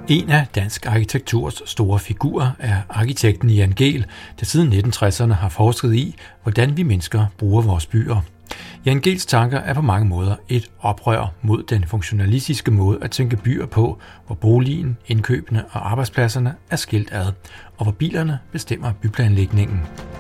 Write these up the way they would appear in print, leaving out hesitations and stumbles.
En af dansk arkitekturs store figurer er arkitekten Jan Gehl, der siden 1960'erne har forsket i, hvordan vi mennesker bruger vores byer. Jan Gehls tanker er på mange måder et oprør mod den funktionalistiske måde at tænke byer på, hvor boligen, indkøbene og arbejdspladserne er skilt ad, og hvor bilerne bestemmer byplanlægningen.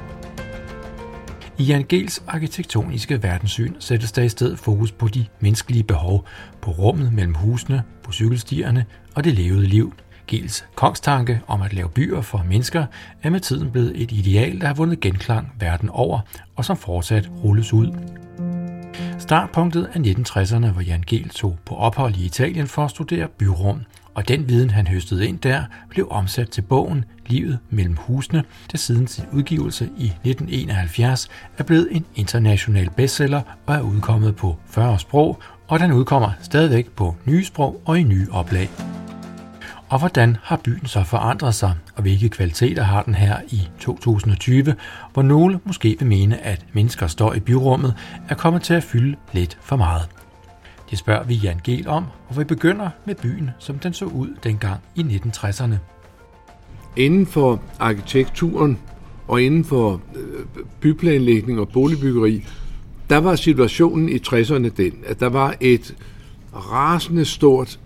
I Jan Gehls arkitektoniske verdenssyn sættes der i stedet fokus på de menneskelige behov, på rummet mellem husene, på cykelstierne og det levede liv. Gehls kongstanke om at lave byer for mennesker er med tiden blevet et ideal, der har vundet genklang verden over, og som fortsat rulles ud. Startpunktet er 1960'erne, hvor Jan Gehl tog på ophold i Italien for at studere byrum, og den viden, han høstede ind der, blev omsat til bogen Livet mellem husene, der siden sin udgivelse i 1971 er blevet en international bestseller og er udkommet på 40 sprog, og den udkommer stadigvæk på nye sprog og i nye oplag. Og hvordan har byen så forandret sig, og hvilke kvaliteter har den her i 2020, hvor nogle måske vil mene, at mennesker står i byrummet, er kommet til at fylde lidt for meget? Det spørger vi Jan Gehl om, og vi begynder med byen, som den så ud dengang i 1960'erne. Inden for arkitekturen og inden for byplanlægning og boligbyggeri, der var situationen i 60'erne den, at der var et rasende stort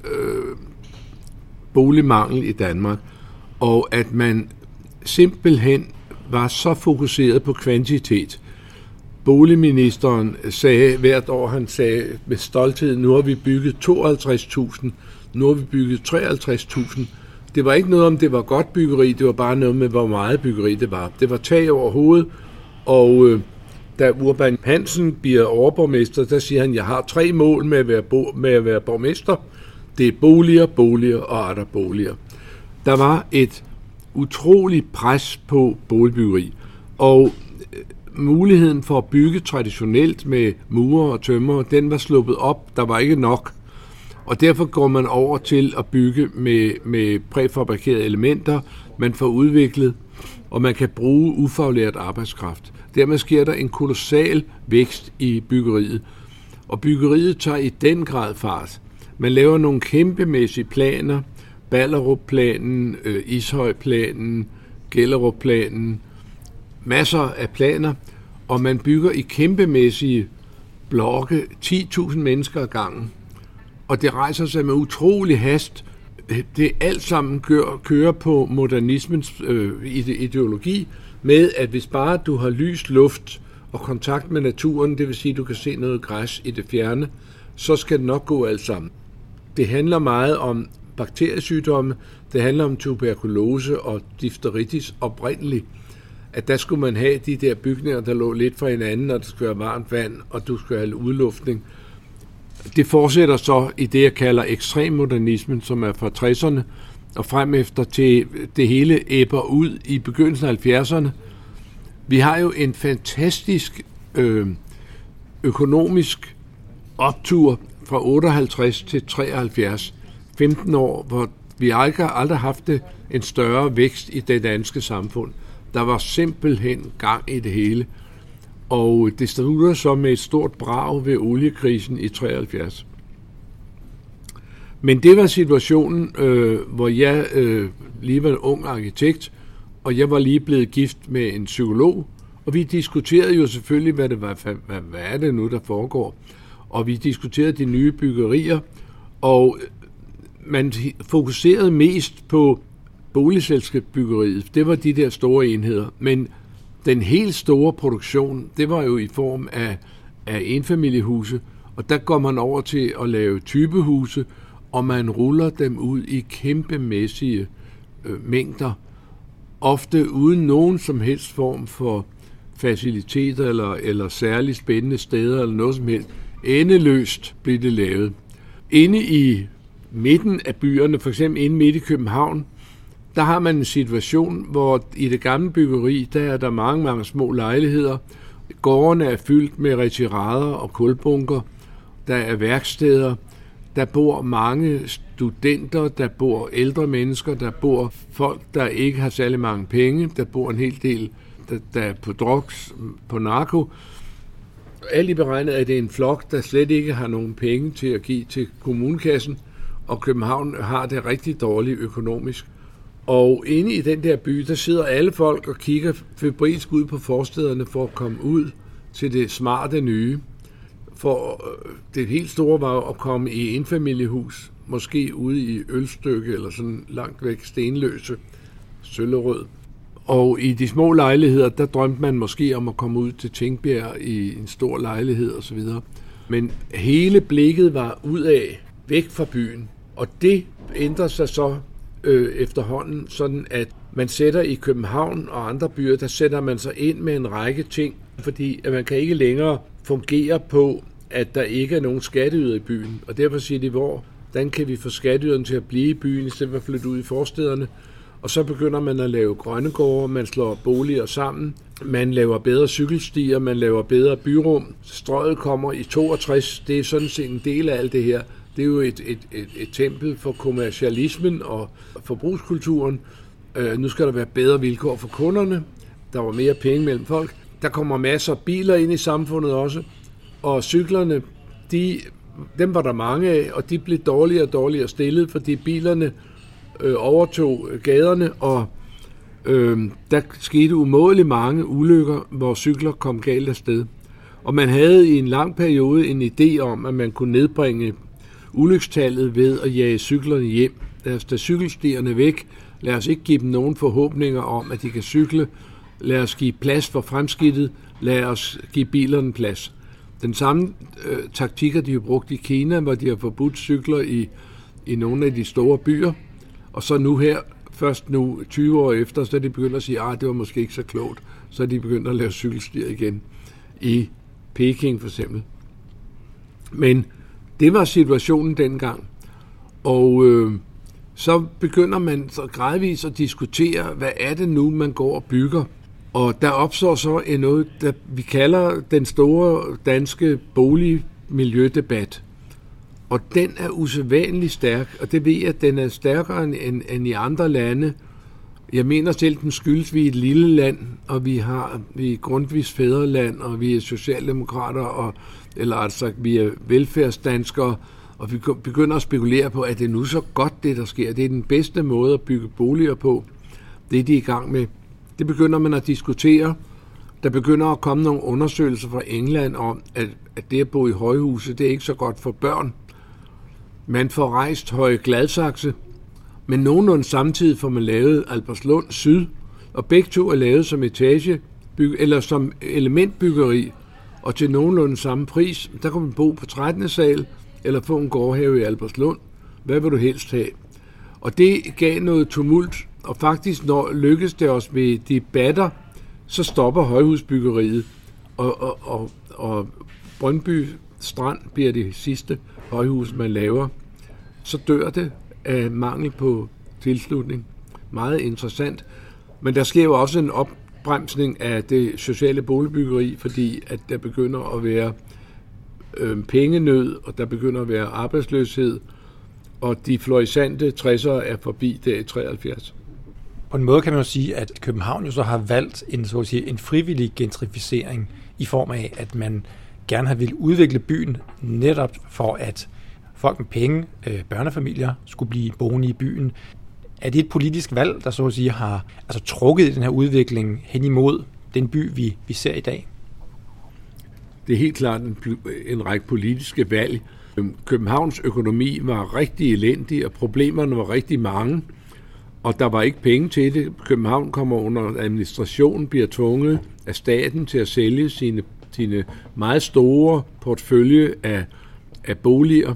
boligmangel i Danmark, og at man simpelthen var så fokuseret på kvantitet. Boligministeren sagde hvert år, han sagde med stolthed, nu har vi bygget 52.000, nu har vi bygget 53.000. Det var ikke noget om, det var godt byggeri, det var bare noget med, hvor meget byggeri det var. Det var tag over hovedet, og da Urban Hansen bliver overborgmester, der siger han, jeg har 3 mål med at være borgmester. Det er boliger, boliger og atter boliger. Der var et utroligt pres på boligbyggeri, og muligheden for at bygge traditionelt med mure og tømmer, den var sluppet op, der var ikke nok. Og derfor går man over til at bygge med præfabrikerede elementer, man får udviklet, og man kan bruge ufaglært arbejdskraft. Dermed sker der en kolossal vækst i byggeriet, og byggeriet tager i den grad fart. Man laver nogle kæmpemæssige planer, Ballerup-planen, Ishøj-planen, Gellerup-planen, masser af planer, og man bygger i kæmpemæssige blokke 10.000 mennesker ad gangen. Og det rejser sig med utrolig hast. Det alt sammen kører på modernismens ideologi med, at hvis bare du har lys, luft og kontakt med naturen, det vil sige, at du kan se noget græs i det fjerne, så skal det nok gå alt sammen. Det handler meget om bakteriesygdomme, det handler om tuberkulose og difteritis oprindeligt, at der skulle man have de der bygninger, der lå lidt fra hinanden, og der skulle være varmt vand, og du skulle have udluftning. Det fortsætter så i det, jeg kalder ekstremmodernismen, som er fra 60'erne, og frem efter til det hele æbber ud i begyndelsen af 70'erne. Vi har jo en fantastisk økonomisk optur fra 58 til 73, 15 år, hvor vi aldrig har haft en større vækst i det danske samfund. Der var simpelthen gang i det hele, og det slutter så med et stort brag ved oliekrisen i 73. Men det var situationen, hvor jeg lige var en ung arkitekt, og jeg var lige blevet gift med en psykolog, og vi diskuterede jo selvfølgelig, hvad er det nu, der foregår. Og vi diskuterede de nye byggerier, og man fokuserede mest på boligselskabsbyggeriet. Det var de der store enheder, men den helt store produktion, det var jo i form af enfamiliehuse, og der går man over til at lave typehuse, og man ruller dem ud i kæmpemæssige mængder, ofte uden nogen som helst form for faciliteter eller særligt spændende steder eller noget som helst. Endeløst blev det lavet. Inde i midten af byerne, for eksempel inde midt i København, der har man en situation, hvor i det gamle byggeri, der er der mange små lejligheder. Gårdene er fyldt med retirader og kulbunker. Der er værksteder. Der bor mange studenter, der bor ældre mennesker, der bor folk, der ikke har særlig mange penge. Der bor en hel del, der er på drugs, på narko. Alt i beregnet, at det er en flok, der slet ikke har nogen penge til at give til kommunekassen. og København har det rigtig dårligt økonomisk. Og inde i den der by, der sidder alle folk og kigger febrilsk ud på forstederne for at komme ud til det smarte nye. For det helt store var at komme i enfamiliehus, måske ude i Ølstykke eller sådan langt væk Stenløse, Søllerød. Og i de små lejligheder, der drømte man måske om at komme ud til Tingbjerg i en stor lejlighed osv. Men hele blikket var udad, væk fra byen. Og det ændrer sig så efterhånden, sådan at man sætter i København og andre byer, der sætter man sig ind med en række ting, fordi at man kan ikke længere fungere på, at der ikke er nogen skatteyder i byen. Og derfor siger de, hvordan kan vi få skatteyderne til at blive i byen, i stedet for at flytte ud i forstederne? Og så begynder man at lave grønne gårde, man slår boliger sammen, man laver bedre cykelstier, man laver bedre byrum. Strøget kommer i 62, det er sådan set en del af alt det her. Det er jo et tempel for kommercialismen og forbrugskulturen. Nu skal der være bedre vilkår for kunderne. Der var mere penge mellem folk. Der kommer masser af biler ind i samfundet også. Og cyklerne, dem var der mange af, og de blev dårligere og dårligere stillet, fordi bilerne overtog gaderne, og der skete umådeligt mange ulykker, hvor cykler kom galt afsted. Og man havde i en lang periode en idé om, at man kunne nedbringe ulykstallet ved at jage cyklerne hjem. Lad os tage cykelstierne væk. Lad os ikke give dem nogen forhåbninger om, at de kan cykle. Lad os give plads for fremskridtet. Lad os give bilerne plads. Den samme taktik har de jo brugt i Kina, hvor de har forbudt cykler i nogle af de store byer. Og så nu her, først nu 20 år efter, så er de begyndt at sige, det var måske ikke så klogt. Så er de begyndt at lave cykelstier igen i Peking for eksempel. Men det var situationen dengang. Og så begynder man så gradvist at diskutere, hvad er det nu, man går og bygger. Og der opstår så noget, der vi kalder den store danske boligmiljødebat. Og den er usædvanligt stærk, og det ved jeg, at den er stærkere end i andre lande. Jeg mener selv, den skyldes, vi er et lille land, og vi er Grundtvigs fædreland, og vi er socialdemokrater, eller altså vi er velfærdsdanskere, og vi begynder at spekulere på, at det nu så godt, det der sker. Det er den bedste måde at bygge boliger på. Det er de i gang med. Det begynder man at diskutere. Der begynder at komme nogle undersøgelser fra England om, at det at bo i højhuse, det er ikke så godt for børn. Man får rejst Høje Gladsaxe, men nogenlunde samtidig får man lavet Albertslund Syd, og begge to er lavet som eller som elementbyggeri, og til nogenlunde samme pris. Der kan man bo på 13. sal, eller få en gårdhave i Albertslund. Hvad vil du helst have? Og det gav noget tumult, og faktisk når lykkes det os ved debatter, så stopper højhusbyggeriet, og Brøndby Strand bliver det sidste højhus, man laver. Så dør det af mangel på tilslutning. Meget interessant. Men der sker jo også en opbremsning af det sociale boligbyggeri, fordi at der begynder at være pengenød, og der begynder at være arbejdsløshed, og de florissante 60'ere er forbi der i 73. På en måde kan man jo sige, at København jo så har valgt en frivillig gentrificering i form af, at man gerne har ville udvikle byen netop for, at folk med penge, børnefamilier, skulle blive boende i byen. Er det et politisk valg, der så at sige har trukket den her udvikling hen imod den by, vi ser i dag? Det er helt klart en række politiske valg. Københavns økonomi var rigtig elendig, og problemerne var rigtig mange, og der var ikke penge til det. København kommer under administration, bliver tvunget af staten til at sælge sine meget store portefølje af boliger.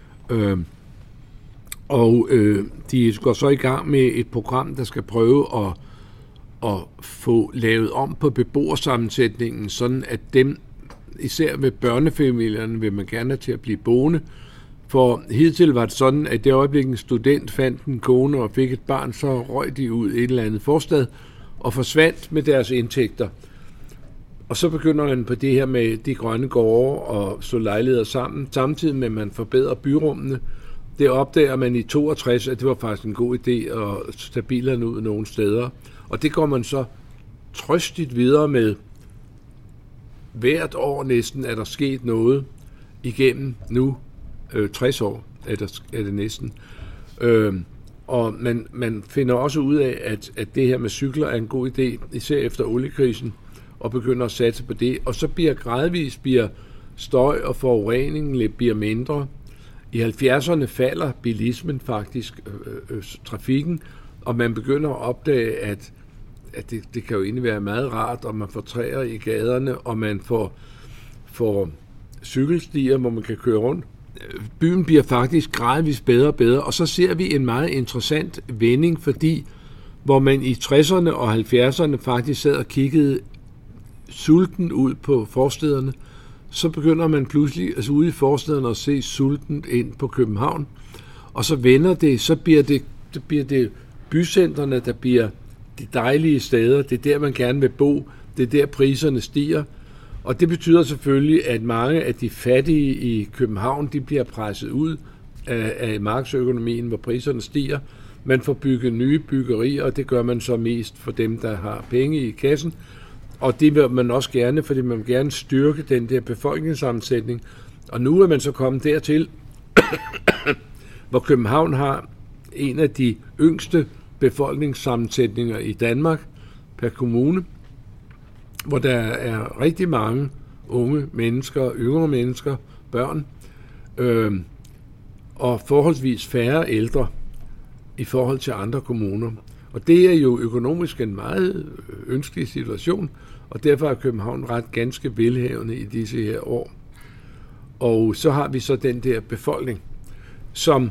De går så i gang med et program, der skal prøve at få lavet om på beboersammensætningen, sådan at dem, især ved børnefamilierne, vil man gerne have til at blive boende. For hidtil var det sådan, at det øjeblik en student fandt en kone og fik et barn, så røg de ud i et eller andet forstad og forsvandt med deres indtægter. Og så begynder man på det her med de grønne gårde og så lejligheder sammen, samtidig med at man forbedrer byrummene. Det opdager man i 62, at det var faktisk en god idé at tage bilerne ud nogle steder. Og det går man så trøstigt videre med. Hvert år næsten er der sket noget igennem nu 60 år. er det næsten. Og man finder også ud af, at det her med cykler er en god idé, især efter oliekrisen, og begynder at satse på det. Og så gradvist bliver støj og forureningen bliver mindre. I 70'erne falder bilismen faktisk, trafikken, og man begynder at opdage, at det kan jo egentlig være meget rart, og man får træer i gaderne, og man får cykelstier, hvor man kan køre rundt. Byen bliver faktisk gradvist bedre og bedre, og så ser vi en meget interessant vending, fordi hvor man i 60'erne og 70'erne faktisk sad og kiggede sulten ud på forstederne, så begynder man pludselig ude i forstederne at se sultent ind på København, og så vender det, så bliver det bycentrene, der bliver de dejlige steder, det er der, man gerne vil bo, det er der, priserne stiger, og det betyder selvfølgelig, at mange af de fattige i København, de bliver presset ud af markedsøkonomien, hvor priserne stiger. Man får bygget nye byggerier, og det gør man så mest for dem, der har penge i kassen, og det vil man også gerne, fordi man vil gerne styrke den der befolkningssammensætning. Og nu er man så kommet dertil, hvor København har en af de yngste befolkningssammensætninger i Danmark per kommune, hvor der er rigtig mange unge mennesker, yngre mennesker, børn, og forholdsvis færre ældre i forhold til andre kommuner. Og det er jo økonomisk en meget ønskelig situation, og derfor er København ret ganske velhavende i disse her år. Og så har vi så den der befolkning, som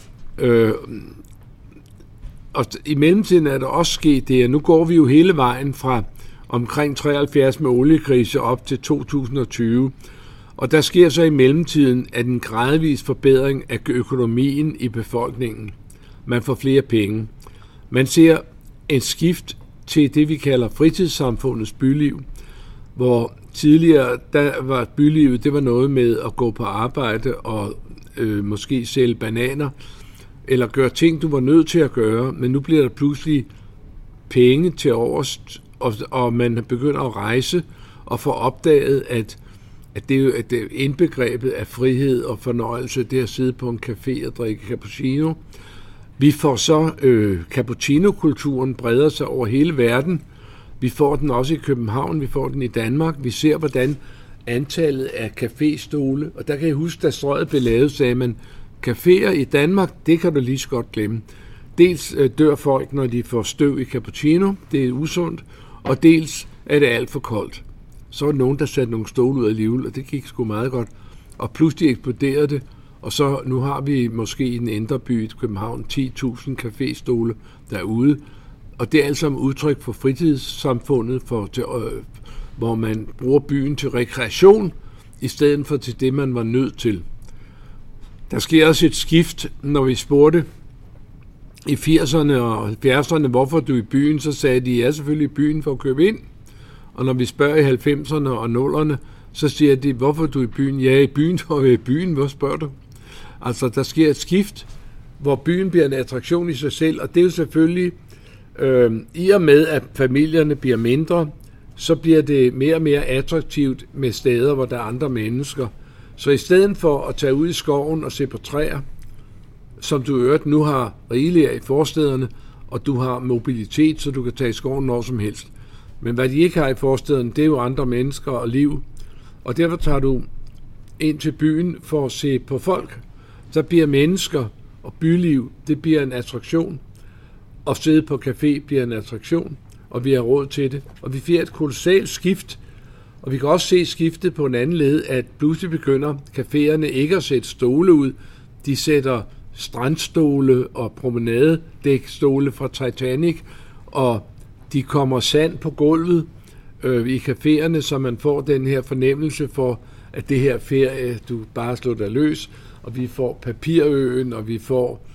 og i mellemtiden er der også sket det, og nu går vi jo hele vejen fra omkring 73 med oliekrise op til 2020, og der sker så i mellemtiden en gradvis forbedring af økonomien i befolkningen. Man får flere penge. Man ser et skift til det, vi kalder fritidssamfundets byliv, hvor tidligere der var bylivet, det var noget med at gå på arbejde og måske sælge bananer, eller gøre ting, du var nødt til at gøre, men nu bliver der pludselig penge til overs, og man begynder at rejse og får opdaget, at det er indbegrebet af frihed og fornøjelse, det at sidde på en café og drikke cappuccino. Vi får så cappuccino-kulturen breder sig over hele verden. Vi får den også i København, vi får den i Danmark. Vi ser, hvordan antallet af caféstole, og der kan jeg huske, da Strøget blev lavet, sagde man, caféer i Danmark, det kan du lige så godt glemme. Dels dør folk, når de får støv i cappuccino, det er usundt, og dels er det alt for koldt. Så var der nogen, der satte nogle stole ud alligevel, og det gik sgu meget godt. Og pludselig eksploderede det, og så nu har vi måske i den indre by i København 10.000 caféstole derude, og det er altså et udtryk for fritidssamfundet, hvor man bruger byen til rekreation, i stedet for til det, man var nødt til. Der sker også et skift, når vi spurgte i 80'erne og 70'erne, hvorfor du i byen, så sagde de, ja, selvfølgelig i byen for at købe ind. Og når vi spørger i 90'erne og 0'erne, så siger de, hvorfor du i byen? Ja, i byen for at være i byen, hvor spørger du? Altså, der sker et skift, hvor byen bliver en attraktion i sig selv, og det er jo selvfølgelig, i og med at familierne bliver mindre, så bliver det mere og mere attraktivt med steder, hvor der er andre mennesker. Så i stedet for at tage ud i skoven og se på træer, som du øvrigt nu har rigeligt af i forstederne, og du har mobilitet, så du kan tage i skoven når som helst. Men hvad de ikke har i forstederne, det er jo andre mennesker og liv. Og derfor tager du ind til byen for at se på folk. Så bliver mennesker og byliv, det bliver en attraktion. Og sidde på café bliver en attraktion, og vi har råd til det. Og vi får et kolossalt skift. Og vi kan også se skiftet på en anden led, at pludselig begynder caféerne ikke at sætte stole ud. De sætter strandstole og promenadedækstole fra Titanic, og de kommer sand på gulvet i caféerne, så man får den her fornemmelse for, at det her ferie, du bare slår dig løs, og vi får Papirøen, og vi får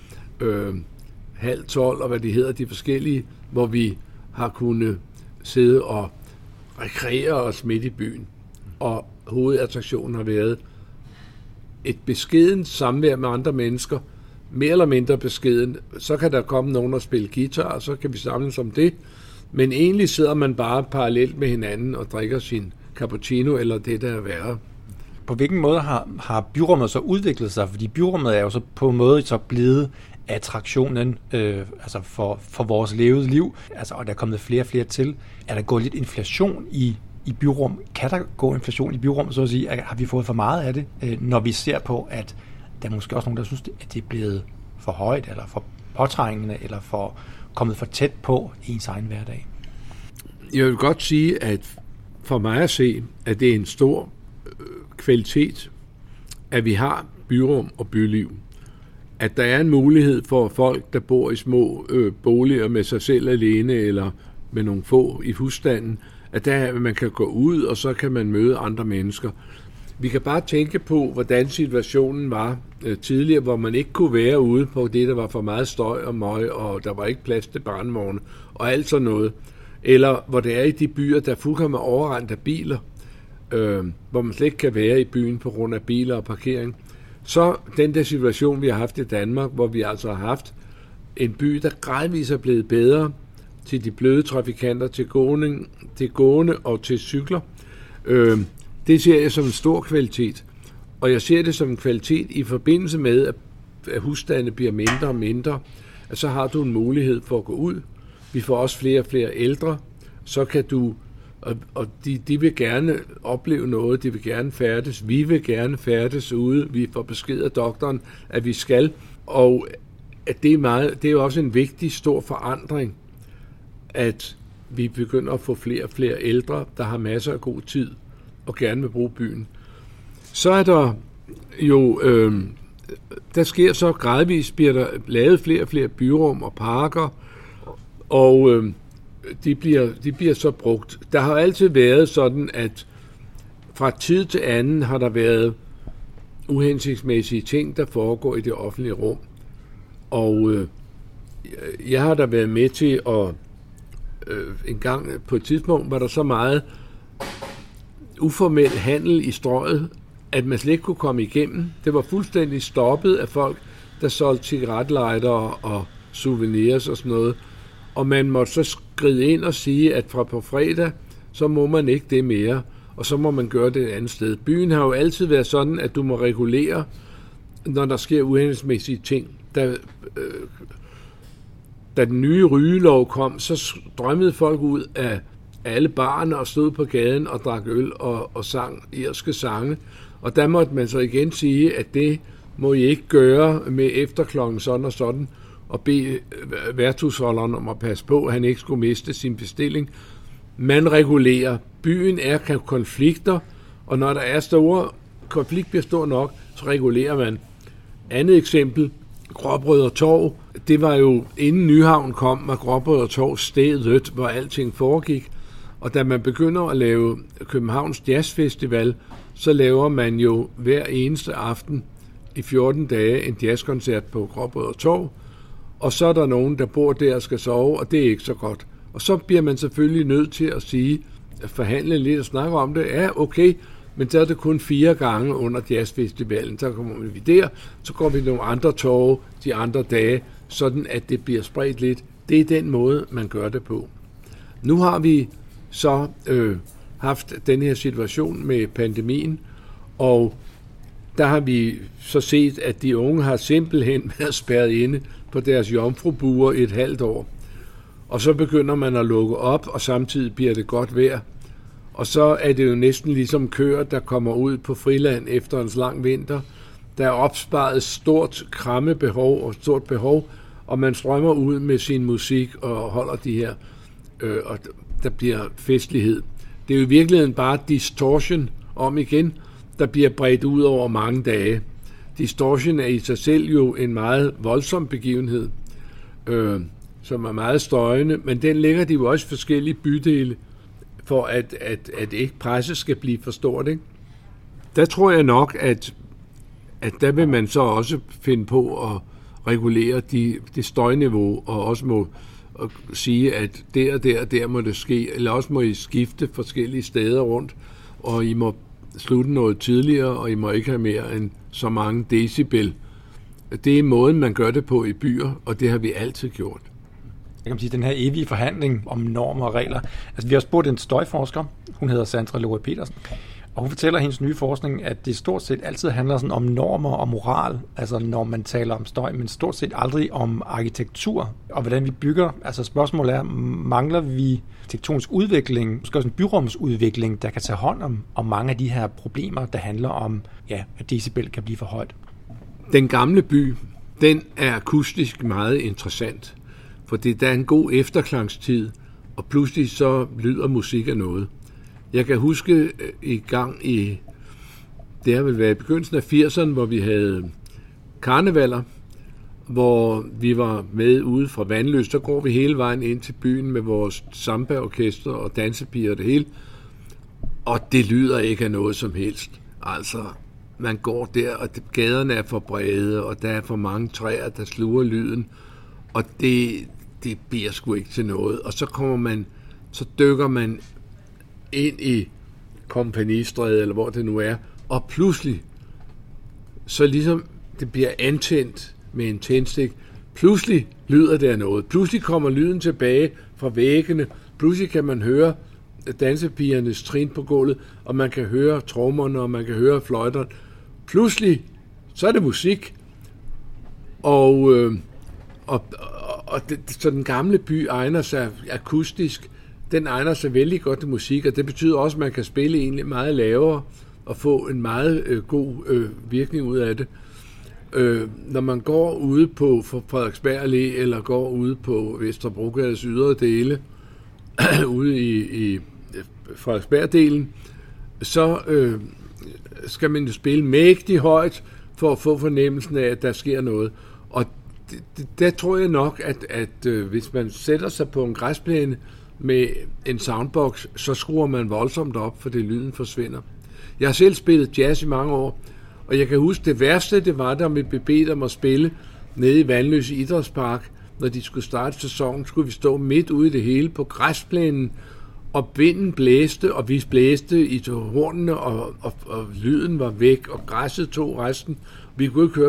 Halv 12, og hvad det hedder, de forskellige, hvor vi har kunnet sidde og rekreere os midt i byen. Og hovedattraktionen har været et beskedent samvær med andre mennesker, mere eller mindre beskeden. Så kan der komme nogen og spille guitar, og så kan vi samles om det. Men egentlig sidder man bare parallelt med hinanden og drikker sin cappuccino, eller det, der er værre. På hvilken måde har byrummet så udviklet sig? Fordi byrummet er jo så på en måde så blevet attraktionen altså for vores levede liv, altså, og der er kommet flere og flere til. Er der gået lidt inflation i byrum? Kan der gå inflation i byrum, så at sige? Har vi fået for meget af det, når vi ser på, at der er måske også nogen, der synes, at det er blevet for højt, eller for påtrængende, eller for kommet for tæt på ens egen hverdag? Jeg vil godt sige, at for mig at se, at det er en stor kvalitet, at vi har byrum og byliv. At der er en mulighed for folk, der bor i små boliger med sig selv alene, eller med nogle få i husstanden, at der man kan gå ud, og så kan man møde andre mennesker. Vi kan bare tænke på, hvordan situationen var tidligere, hvor man ikke kunne være ude på det, der var for meget støj og møg, og der var ikke plads til barnevogne, og alt sådan noget. Eller hvor det er i de byer, der er fuldkommen overrendt af biler, hvor man slet ikke kan være i byen på grund af biler og parkering. Så den der situation, vi har haft i Danmark, hvor vi altså har haft en by, der gradvist er blevet bedre til de bløde trafikanter, til gående og til cykler. Det ser jeg som en stor kvalitet. Og jeg ser det som en kvalitet i forbindelse med, at husstande bliver mindre og mindre, at så har du en mulighed for at gå ud. Vi får også flere og flere ældre, så kan du, og de vil gerne opleve noget, de vil gerne færdes, vi vil gerne færdes ude, vi får besked af doktoren, at vi skal, og at det er jo også en vigtig, stor forandring, at vi begynder at få flere og flere ældre, der har masser af god tid og gerne vil bruge byen. Så er der jo, der sker så gradvist, bliver der lavet flere og flere byrum og parker, og de bliver så brugt. Der har altid været sådan, at fra tid til anden har der været uhensigtsmæssige ting, der foregår i det offentlige rum. Og jeg har da været med til at en gang på et tidspunkt var der så meget uformel handel i strøget, at man slet ikke kunne komme igennem. Det var fuldstændig stoppet af folk, der solgte cigaretlightere og souvenirs og sådan noget. Og man måtte så skride ind og sige, at fra på fredag, så må man ikke det mere, og så må man gøre det et andet sted. Byen har jo altid været sådan, at du må regulere, når der sker uhensigtsmæssige ting. Da den nye rygelov kom, så drømmede folk ud af alle barerne og stod på gaden og drak øl og sang irske sange. Og der måtte man så igen sige, at det må I ikke gøre med efter klokken sådan og sådan, og bede værtshusholderen om at passe på, at han ikke skulle miste sin bestilling. Man regulerer. Byen er konflikter, og når der er store konflikt bliver stor nok, så regulerer man. Andet eksempel, Gråbrødre Torv. Det var jo, inden Nyhavn kom, var Gråbrødre Torv stedet, hvor alting foregik. Og da man begynder at lave Københavns Jazzfestival, så laver man jo hver eneste aften i 14 dage en jazzkoncert på Gråbrødre Torv. Og så er der nogen, der bor der og skal sove, og det er ikke så godt. Og så bliver man selvfølgelig nødt til at sige, at forhandle lidt og snakke om det. Ja, okay, men så er det kun 4 gange under jazzfestivalen. Så kommer vi der, så går vi nogle andre torve de andre dage, sådan at det bliver spredt lidt. Det er den måde, man gør det på. Nu har vi så haft den her situation med pandemien, og der har vi så set, at de unge har simpelthen været spærret inde på deres jomfrubuer et halvt år. Og så begynder man at lukke op, og samtidig bliver det godt vejr. Og så er det jo næsten ligesom køer, der kommer ud på friland efter en lang vinter. Der er opsparet et stort krammebehov og stort behov, og man strømmer ud med sin musik og holder de her, og der bliver festlighed. Det er jo i virkeligheden bare distortion om igen, der bliver bredt ud over mange dage. Distortion er i sig selv jo en meget voldsom begivenhed, som er meget støjende, men den lægger de jo også forskellige bydele, for at ikke presset skal blive for stort. Ikke? Der tror jeg nok, at der vil man så også finde på at regulere det støjniveau, og også må sige, at der må det ske, eller også må I skifte forskellige steder rundt, og I må slutte noget tidligere, og I må ikke have mere end så mange decibel. Det er måden, man gør det på i byer, og det har vi altid gjort. Jeg kan sige, den her evige forhandling om normer og regler. Altså, vi har spurgt en støjforsker, hun hedder Sandra Leroy Petersen, Og hun fortæller hendes nye forskning, at det stort set altid handler sådan om normer og moral, altså når man taler om støj, men stort set aldrig om arkitektur og hvordan vi bygger. Altså spørgsmålet er, mangler vi tektonisk udvikling, måske også en byrumsudvikling, der kan tage hånd om mange af de her problemer, der handler om, at decibel kan blive for højt. Den gamle by, den er akustisk meget interessant, for der er en god efterklangstid, og pludselig så lyder musik af noget. Jeg kan huske det har vel været i begyndelsen af 80'erne, hvor vi havde karnevaler, hvor vi var med ude fra Vandløs. Der går vi hele vejen ind til byen med vores samba-orkester og dansepiger og det hele. Og det lyder ikke af noget som helst. Altså, man går der, og gaderne er for brede, og der er for mange træer, der sluger lyden. Og det bliver sgu ikke til noget. Og så dykker man ind i Kompagnistræde, eller hvor det nu er, og pludselig, så ligesom det bliver antændt med en tændstik, pludselig lyder der noget. Pludselig kommer lyden tilbage fra væggene. Pludselig kan man høre dansepigernes trin på gulvet, og man kan høre trommerne, og man kan høre fløjterne. Pludselig, så er det musik. Så den gamle by egner sig akustisk. Den egner sig vældig godt til musik, og det betyder også, at man kan spille egentlig meget lavere og få en meget god virkning ud af det. Når man går ude på Frederiksberg Allé, eller går ude på Vesterbrogades ydre dele, ude i Frederiksberg-delen, så skal man jo spille mægtig højt for at få fornemmelsen af, at der sker noget. Og der tror jeg nok, at hvis man sætter sig på en græsplæne med en soundbox, så skruer man voldsomt op, fordi lyden forsvinder. Jeg har selv spillet jazz i mange år, og jeg kan huske, det værste, det var, da vi blev bedt om at spille nede i Vandløs Idrætspark. Når de skulle starte sæsonen, skulle vi stå midt ude i det hele på græsplænen, og vinden blæste, og vi blæste i hornene, og lyden var væk, og græsset tog resten. Vi kunne ikke høre,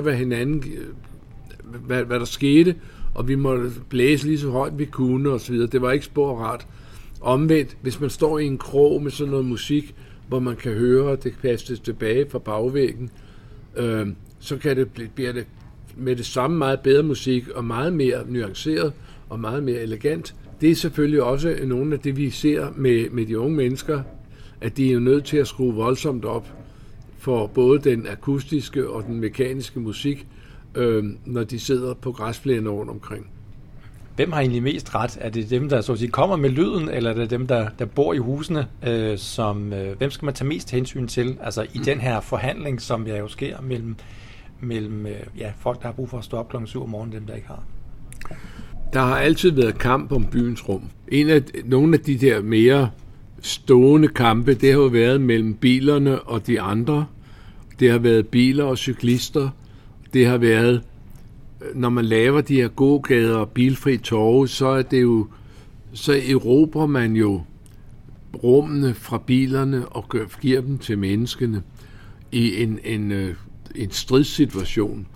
hvad der skete, og vi måtte blæse lige så højt vi kunne, og så videre. Det var ikke spor rart. Omvendt, hvis man står i en krog med sådan noget musik, hvor man kan høre, at det kastes tilbage fra bagvæggen, så bliver det med det samme meget bedre musik, og meget mere nuanceret, og meget mere elegant. Det er selvfølgelig også nogle af det, vi ser med de unge mennesker, at de er jo nødt til at skrue voldsomt op for både den akustiske og den mekaniske musik, når de sidder på græsplæner rundt omkring. Hvem har egentlig mest ret? Er det dem, der så at sige, kommer med lyden, eller er det dem, der bor i husene? Hvem skal man tage mest hensyn til? Altså i den her forhandling, som jo sker mellem folk, der har brug for at stå op klokken 7 om morgenen, dem, der ikke har? Der har altid været kamp om byens rum. Nogle af de der mere stående kampe, det har jo været mellem bilerne og de andre. Det har været biler og cyklister. Det har været, når man laver de her gågader og bilfri torve, så er det jo, så erobrer man jo rummene fra bilerne og giver dem til menneskene i en stridssituation.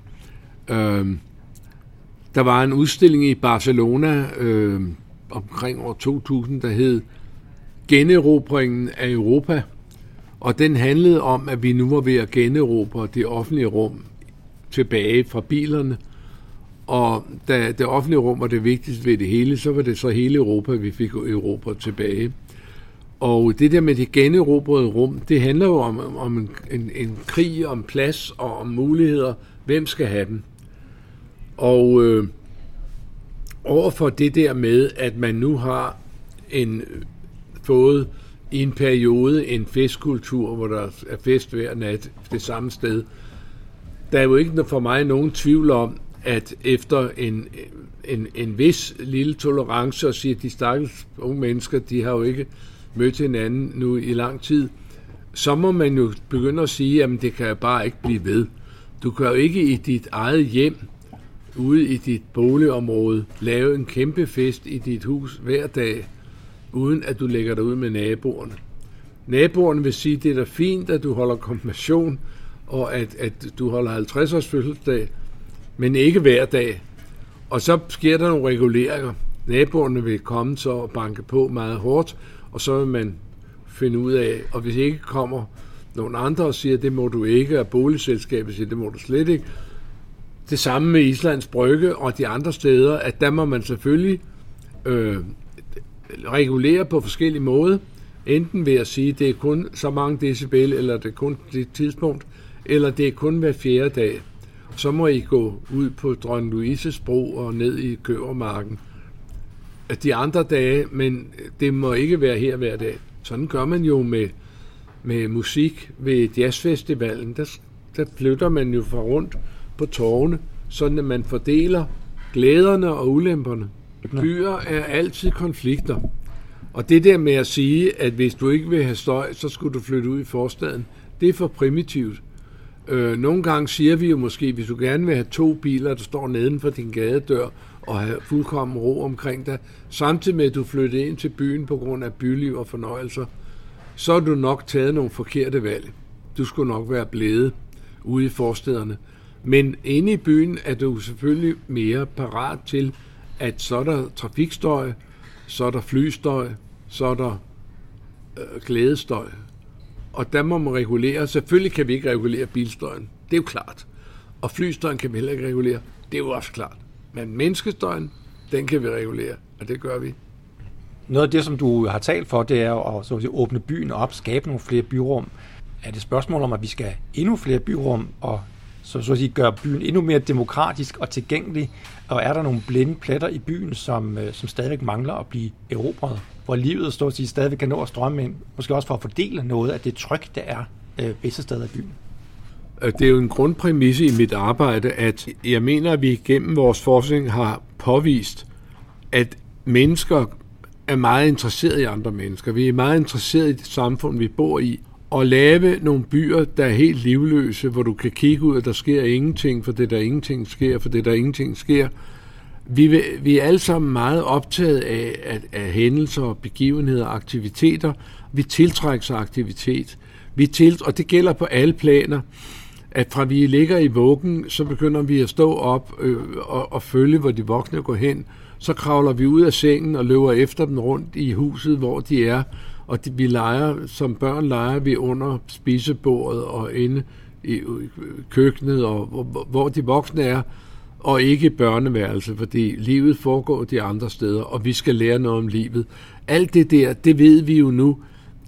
Der var en udstilling i Barcelona omkring år 2000, der hed Generobringen af Europa, og den handlede om, at vi nu var ved at generobre det offentlige rum tilbage fra bilerne, og da det offentlige rum var det vigtigste ved det hele, så var det så hele Europa, vi fik Europa tilbage. Og det der med det generobrede rum, det handler jo om en krig, om plads og om muligheder. Hvem skal have dem? Og overfor det der med, at man nu har fået i en periode en festkultur, hvor der er fest hver nat det samme sted, der er jo ikke for mig nogen tvivl om, at efter en vis lille tolerance og sige, at de stakkels unge mennesker, de har jo ikke mødt hinanden nu i lang tid, så må man jo begynde at sige, at det kan bare ikke blive ved. Du kan jo ikke i dit eget hjem, ude i dit boligområde, lave en kæmpe fest i dit hus hver dag, uden at du lægger dig ud med naboerne. Naboerne vil sige, at det er da fint, at du holder konfirmation, og at du holder 50-års fødselsdag, men ikke hver dag. Og så sker der nogle reguleringer. Naboerne vil komme så og banke på meget hårdt, og så vil man finde ud af, og hvis ikke kommer nogle andre siger, det må du ikke, og boligselskabet siger, det må du slet ikke. Det samme med Islands Brygge og de andre steder, at der må man selvfølgelig regulere på forskellige måder, enten ved at sige, det er kun så mange decibel, eller det er kun det tidspunkt, eller det er kun hver 4. dag. Så må I gå ud på Dronning Louises Bro og ned i Købermarken de andre dage, men det må ikke være her hver dag. Sådan gør man jo med musik ved jazzfestivalen. Der flytter man jo fra rundt på torvene, sådan at man fordeler glæderne og ulemperne. Byer er altid konflikter. Og det der med at sige, at hvis du ikke vil have støj, så skulle du flytte ud i forstaden, det er for primitivt. Nogle gange siger vi jo måske, hvis du gerne vil have 2 biler, der står neden for din gadedør, og have fuldkommen ro omkring dig, samtidig med at du flytter ind til byen på grund af byliv og fornøjelser, så har du nok taget nogle forkerte valg. Du skulle nok være blevet ude i forstederne. Men inde i byen er du selvfølgelig mere parat til, at så er der trafikstøj, så er der flystøj, så er der glædestøj. Og der må man regulere. Selvfølgelig kan vi ikke regulere bilstøjen. Det er jo klart. Og flystøjen kan vi heller ikke regulere. Det er jo også klart. Men menneskestøjen, den kan vi regulere, og det gør vi. Noget af det, som du har talt for, det er at så at sige, åbne byen op, skabe nogle flere byrum. Er det et spørgsmål om, at vi skal have endnu flere byrum, og så at sige, gøre byen endnu mere demokratisk og tilgængelig? Og er der nogle blinde pletter i byen, som stadig mangler at blive erobret? Hvor livet så at sige, stadig kan nå at strømme ind, måske også for at fordele noget af det tryk, der er visse steder i byen? Det er jo en grundpræmisse i mit arbejde, at jeg mener, at vi gennem vores forskning har påvist, at mennesker er meget interesserede i andre mennesker. Vi er meget interesserede i det samfund, vi bor i. Og lave nogle byer, der er helt livløse, hvor du kan kigge ud, at der sker ingenting, for det der ingenting sker, for det der ingenting sker. Vi er alle sammen meget optaget af hændelser, begivenheder og aktiviteter. Vi tiltrækker sig aktivitet. Og det gælder på alle planer, at fra vi ligger i vuggen, så begynder vi at stå op og følge, hvor de voksne går hen. Så kravler vi ud af sengen og løber efter dem rundt i huset, hvor de er. Og vi leger, som børn leger vi under spisebordet og inde i køkkenet, og hvor de voksne er, og ikke i børneværelse, fordi livet foregår de andre steder, og vi skal lære noget om livet. Alt det der, det ved vi jo nu,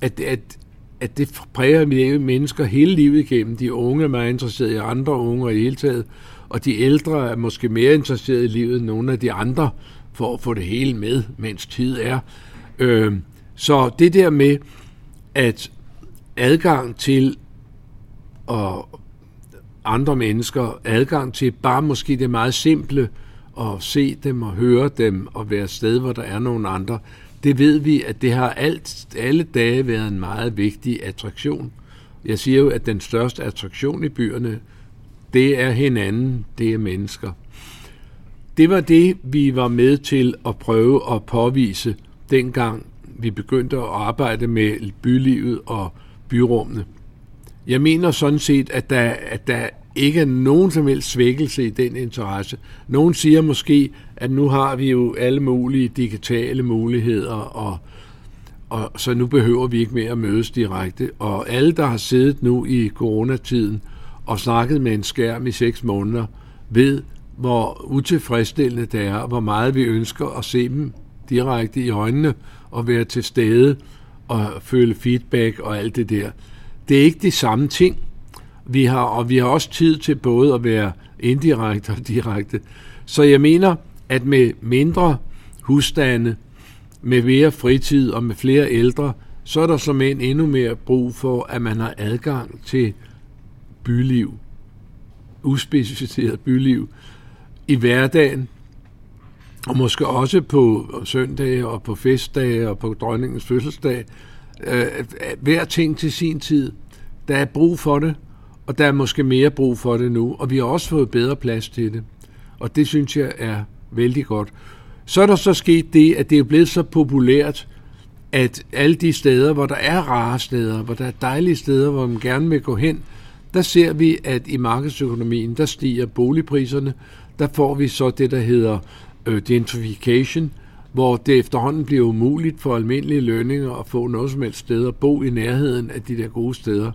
at det præger mennesker hele livet igennem. De unge er meget interesserede i andre unge i det hele taget, og de ældre er måske mere interesserede i livet end nogle af de andre, for at få det hele med, mens tid er. Så det der med, at adgang til andre mennesker, adgang til bare måske det meget simple, at se dem og høre dem og være et sted, hvor der er nogle andre, det ved vi, at det har alle dage været en meget vigtig attraktion. Jeg siger jo, at den største attraktion i byerne, det er hinanden, det er mennesker. Det var det, vi var med til at prøve at påvise, dengang vi begyndte at arbejde med bylivet og byrummene. Jeg mener sådan set, at der ikke er nogen som helst svækkelse i den interesse. Nogen siger måske, at nu har vi jo alle mulige digitale muligheder, og så nu behøver vi ikke mere at mødes direkte. Og alle, der har siddet nu i coronatiden og snakket med en skærm i 6 måneder, ved, hvor utilfredsstillende det er, og hvor meget vi ønsker at se dem direkte i øjnene, og være til stede og føle feedback og alt det der. Det er ikke de samme ting. Vi har også tid til både at være indirekte og direkte. Så jeg mener, at med mindre husstande, med mere fritid og med flere ældre, så er der som endnu mere brug for, at man har adgang til byliv, uspecificeret byliv, i hverdagen, og måske også på søndage og på festdage og på dronningens fødselsdag. Hver ting til sin tid. Der er brug for det, og der er måske mere brug for det nu, og vi har også fået bedre plads til det. Og det synes jeg er vældig godt. Så er der så sket det, at det er blevet så populært, at alle de steder, hvor der er rare steder, hvor der er dejlige steder, hvor man gerne vil gå hen, der ser vi, at i markedsøkonomien, der stiger boligpriserne. Der får vi så det, der hedder gentrification, hvor det efterhånden bliver umuligt for almindelige lønninger at få noget som helst sted at bo i nærheden af de der gode steder.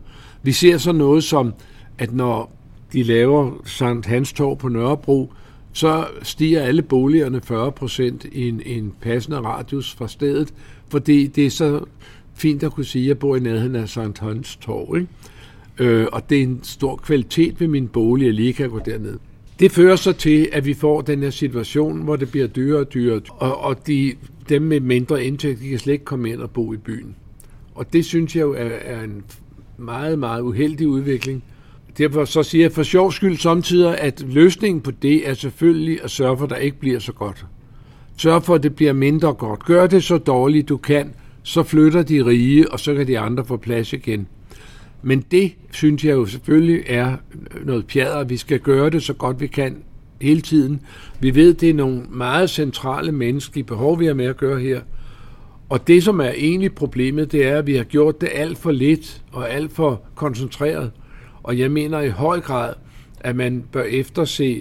Vi ser så noget som, at når de laver Sankt Hans Torv på Nørrebro, så stiger alle boligerne 40% i en passende radius fra stedet, fordi det er så fint at kunne sige, at jeg bor i nærheden af Sankt Hans Torv, ikke? Og det er en stor kvalitet ved min bolig, at jeg lige kan gå derned. Det fører så til, at vi får den her situation, hvor det bliver dyrere og dyrere, og dem med mindre indtægt, de kan slet ikke komme ind og bo i byen. Og det synes jeg jo er en meget, meget uheldig udvikling. Derfor så siger jeg for sjov skyld samtidig, at løsningen på det er selvfølgelig at sørge for, at der ikke bliver så godt. Sørg for, at det bliver mindre godt. Gør det så dårligt du kan, så flytter de rige, og så kan de andre få plads igen. Men det, synes jeg jo selvfølgelig er noget pjader. Vi skal gøre det så godt vi kan hele tiden. Vi ved, det er nogle meget centrale menneskelige behov, vi har med at gøre her. Og det, som er egentlig problemet, det er, at vi har gjort det alt for lidt og alt for koncentreret. Og jeg mener i høj grad, at man bør efterse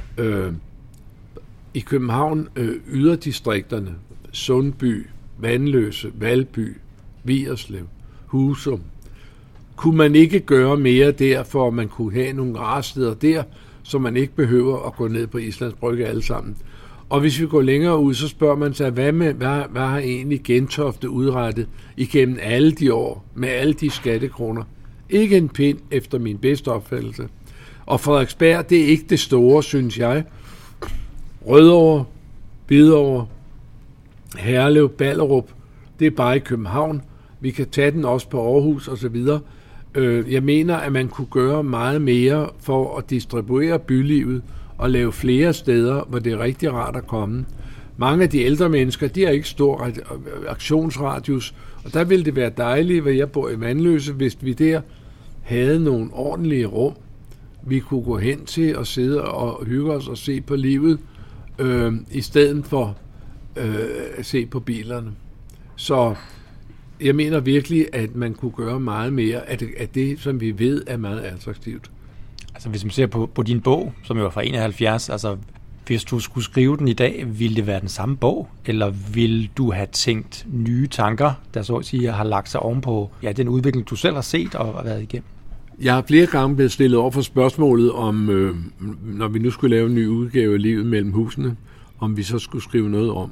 i København yderdistrikterne, Sundby, Vanløse, Valby, Vigerslev, Husum. Kunne man ikke gøre mere der, for at man kunne have nogle raresteder der, så man ikke behøver at gå ned på Islands Brygge alle sammen. Og hvis vi går længere ud, så spørger man sig, hvad har egentlig Gentofte udrettet igennem alle de år, med alle de skattekroner? Ikke en pind efter min bedste opfattelse. Og Frederiksberg, det er ikke det store, synes jeg. Rødovre, Hvidovre, Herlev, Ballerup, det er bare i København. Vi kan tage den også på Aarhus osv. Jeg mener, at man kunne gøre meget mere for at distribuere bylivet og lave flere steder, hvor det er rigtig rart at komme. Mange af de ældre mennesker, de har ikke stor aktionsradius, og der ville det være dejligt, hvor jeg bor i Vanløse, hvis vi der havde nogle ordentlige rum, vi kunne gå hen til og sidde og hygge os og se på livet, i stedet for at se på bilerne. Så jeg mener virkelig, at man kunne gøre meget mere af det, som vi ved er meget attraktivt. Altså hvis man ser på din bog, som jo er fra 71, altså hvis du skulle skrive den i dag, ville det være den samme bog, eller ville du have tænkt nye tanker, der så at sige har lagt sig ovenpå den udvikling, du selv har set og været igennem? Jeg har flere gange blevet stillet over for spørgsmålet om, når vi nu skulle lave en ny udgave af Livet mellem husene, om vi så skulle skrive noget om.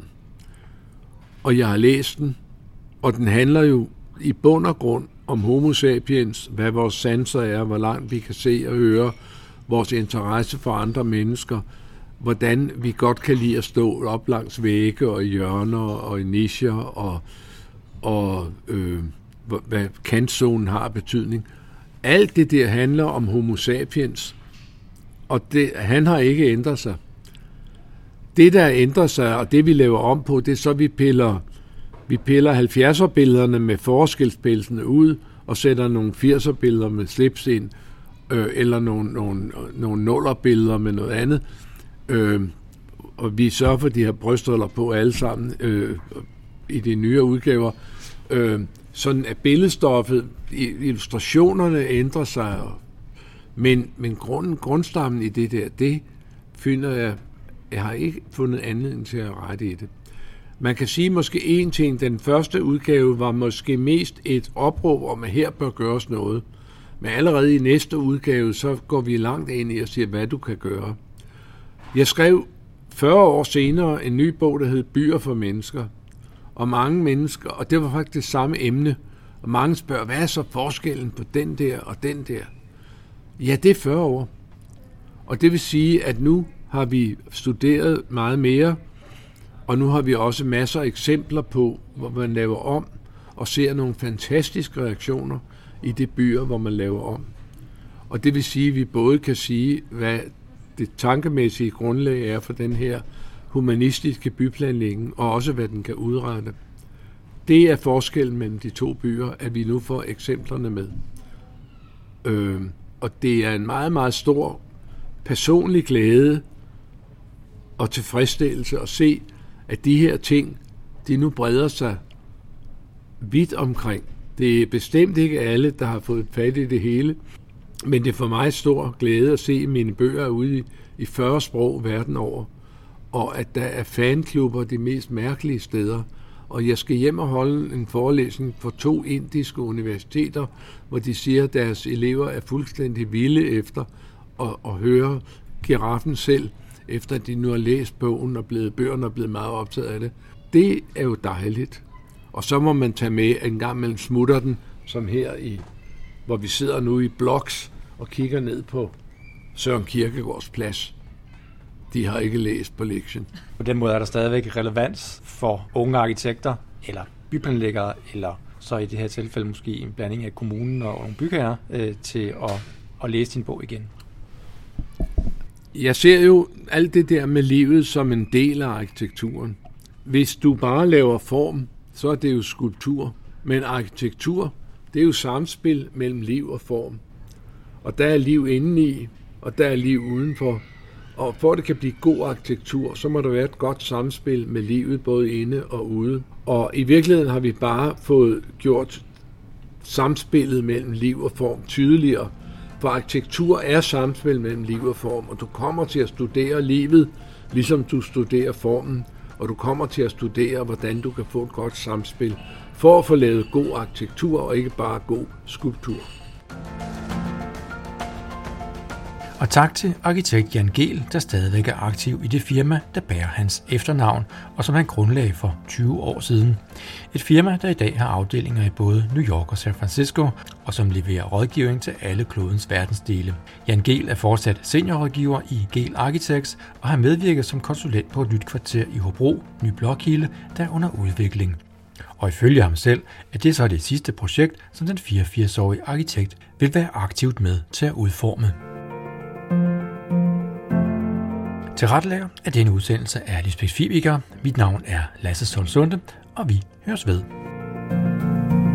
Og jeg har læst den, og den handler jo i bund og grund om homo sapiens, hvad vores sanser er, hvor langt vi kan se og høre, vores interesse for andre mennesker, hvordan vi godt kan lide at stå op langs vægge og i hjørner og i nicher, og hvad kantzonen har betydning. Alt det der handler om homo sapiens, og han har ikke ændret sig. Det, der ændrer sig, og det vi laver om på, det er så, vi piller 70'er-billederne med forskelspelsene ud, og sætter nogle 80'er-billeder med slips ind, eller nogle nuller-billeder med noget andet. Og vi sørger for, at de har brystholder på alle sammen i de nye udgaver. Sådan at billedstoffet, illustrationerne ændrer sig, men grundstammen i det der, det finder jeg har ikke fundet anledning til at rette i det. Man kan sige måske en ting, den første udgave var måske mest et opråb om, at her bør gøres noget. Men allerede i næste udgave, så går vi langt ind i og siger, hvad du kan gøre. Jeg skrev 40 år senere en ny bog, der hed Byer for mennesker. Og mange mennesker, og det var faktisk det samme emne, og mange spørger, hvad er så forskellen på den der og den der? Ja, det er 40 år. Og det vil sige, at nu har vi studeret meget mere, og nu har vi også masser af eksempler på, hvor man laver om, og ser nogle fantastiske reaktioner i de byer, hvor man laver om. Og det vil sige, at vi både kan sige, hvad det tankemæssige grundlag er for den her humanistiske byplanlægning, og også hvad den kan udrette. Det er forskellen mellem de to byer, at vi nu får eksemplerne med. Og det er en meget, meget stor personlig glæde og tilfredsstillelse at se, at de her ting, de nu breder sig vidt omkring. Det er bestemt ikke alle, der har fået fat i det hele, men det er for mig stor glæde at se mine bøger ude i 40 sprog verden over, og at der er fanklubber de mest mærkelige steder, og jeg skal hjem og holde en forelæsning for 2 indiske universiteter, hvor de siger, at deres elever er fuldstændig vilde efter at høre giraffen selv, efter de nu har læst bogen og bøgerne er blevet meget optaget af det. Det er jo dejligt. Og så må man tage med en gang mellem smutter den, som her hvor vi sidder nu i Bloks og kigger ned på Søren Kierkegaards plads. De har ikke læst på lektien. På den måde er der stadigvæk relevans for unge arkitekter, eller byplanlæggere, eller så i det her tilfælde måske en blanding af kommunen og nogle bygherrer til at læse din bog igen. Jeg ser jo alt det der med livet som en del af arkitekturen. Hvis du bare laver form, så er det jo skulptur. Men arkitektur, det er jo samspil mellem liv og form. Og der er liv indeni, og der er liv udenfor. Og for at det kan blive god arkitektur, så må der være et godt samspil med livet, både inde og ude. Og i virkeligheden har vi bare fået gjort samspillet mellem liv og form tydeligere. For arkitektur er samspil mellem liv og form, og du kommer til at studere livet, ligesom du studerer formen, og du kommer til at studere, hvordan du kan få et godt samspil, for at få lavet god arkitektur og ikke bare god skulptur. Og tak til arkitekt Jan Gehl, der stadigvæk er aktiv i det firma, der bærer hans efternavn, og som han grundlagde for 20 år siden. Et firma, der i dag har afdelinger i både New York og San Francisco, og som leverer rådgivning til alle klodens verdensdele. Jan Gehl er fortsat seniorrådgiver i Gehl Architects, og har medvirket som konsulent på et nyt kvarter i Hobro, Ny Blokhilde, der er under udvikling. Og ifølge ham selv, at det så er det sidste projekt, som den 84-årige arkitekt vil være aktivt med til at udforme. Tilrettelægger af denne udsendelse er Lisbeth Fibiger. Mit navn er Lasse Solsunde, og vi høres ved.